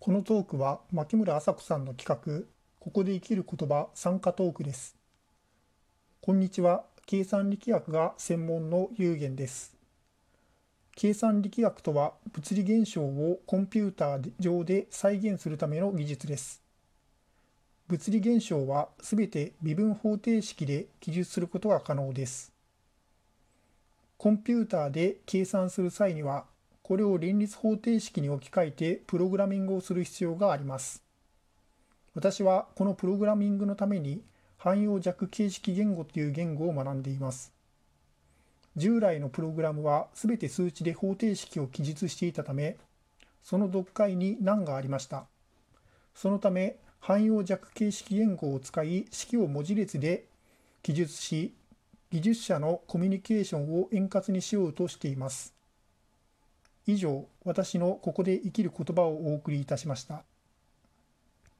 このトークは牧村麻子さんの企画、ここで生きる言葉参加トークです。こんにちは。計算力学が専門の有限です。計算力学とは物理現象をコンピューター上で再現するための技術です。物理現象はすべて微分方程式で記述することが可能です。コンピューターで計算する際には、これを連立方程式に置き換えてプログラミングをする必要があります。私はこのプログラミングのために汎用弱形式言語という言語を学んでいます。従来のプログラムはすべて数値で方程式を記述していたため、その読解に難がありました。そのため、汎用弱形式言語を使い式を文字列で記述し、技術者のコミュニケーションを円滑にしようとしています。以上、私のここで生きる言葉をお送りいたしました。